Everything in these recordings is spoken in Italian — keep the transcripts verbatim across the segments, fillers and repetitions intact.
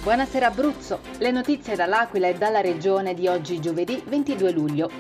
Buonasera Abruzzo, le notizie dall'Aquila e dalla regione di oggi giovedì ventidue luglio.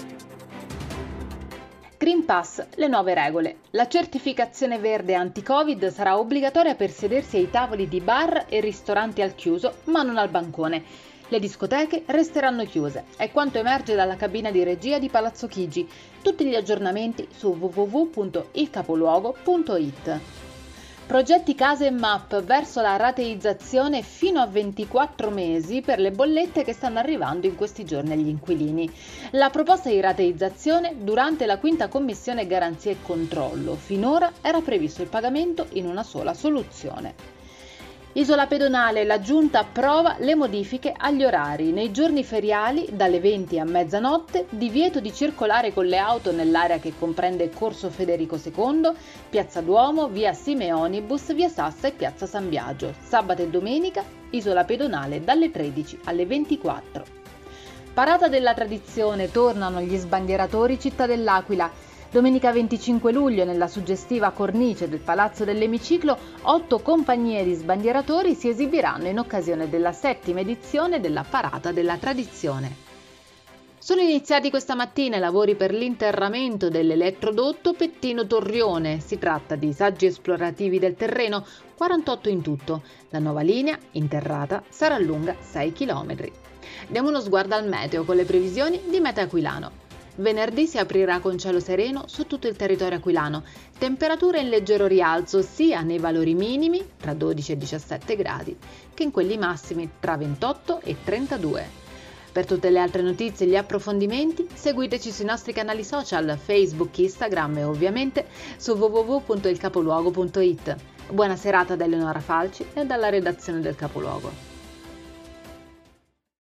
Green Pass, le nuove regole. La certificazione verde anti-Covid sarà obbligatoria per sedersi ai tavoli di bar e ristoranti al chiuso, ma non al bancone. Le discoteche resteranno chiuse, è quanto emerge dalla cabina di regia di Palazzo Chigi. Tutti gli aggiornamenti su w w w punto il capoluogo punto i t. Progetti case e M A P verso la rateizzazione fino a ventiquattro mesi per le bollette che stanno arrivando in questi giorni agli inquilini. La proposta di rateizzazione durante la quinta commissione garanzia e controllo. Finora era previsto il pagamento in una sola soluzione. Isola pedonale, la Giunta approva le modifiche agli orari. Nei giorni feriali, dalle venti a mezzanotte, divieto di circolare con le auto nell'area che comprende Corso Federico secondo, Piazza Duomo, Via Simeonibus, Via Sassa e Piazza San Biagio. Sabato e domenica, isola pedonale dalle tredici alle ventiquattro. Parata della tradizione, tornano gli sbandieratori Città dell'Aquila. Domenica venticinque luglio, nella suggestiva cornice del Palazzo dell'Emiciclo, otto compagnie di sbandieratori si esibiranno in occasione della settima edizione della Parata della Tradizione. Sono iniziati questa mattina i lavori per l'interramento dell'elettrodotto Pettino-Torrione. Si tratta di saggi esplorativi del terreno, quarantotto in tutto. La nuova linea, interrata, sarà lunga sei chilometri. Diamo uno sguardo al meteo con le previsioni di Meteaquilano. Venerdì si aprirà con cielo sereno su tutto il territorio aquilano, temperature in leggero rialzo sia nei valori minimi, tra dodici e diciassette gradi, che in quelli massimi, tra ventotto e trentadue. Per tutte le altre notizie e gli approfondimenti, seguiteci sui nostri canali social, Facebook, Instagram e ovviamente su w w w punto il capoluogo punto i t. Buona serata da Eleonora Falci e dalla redazione del Capoluogo.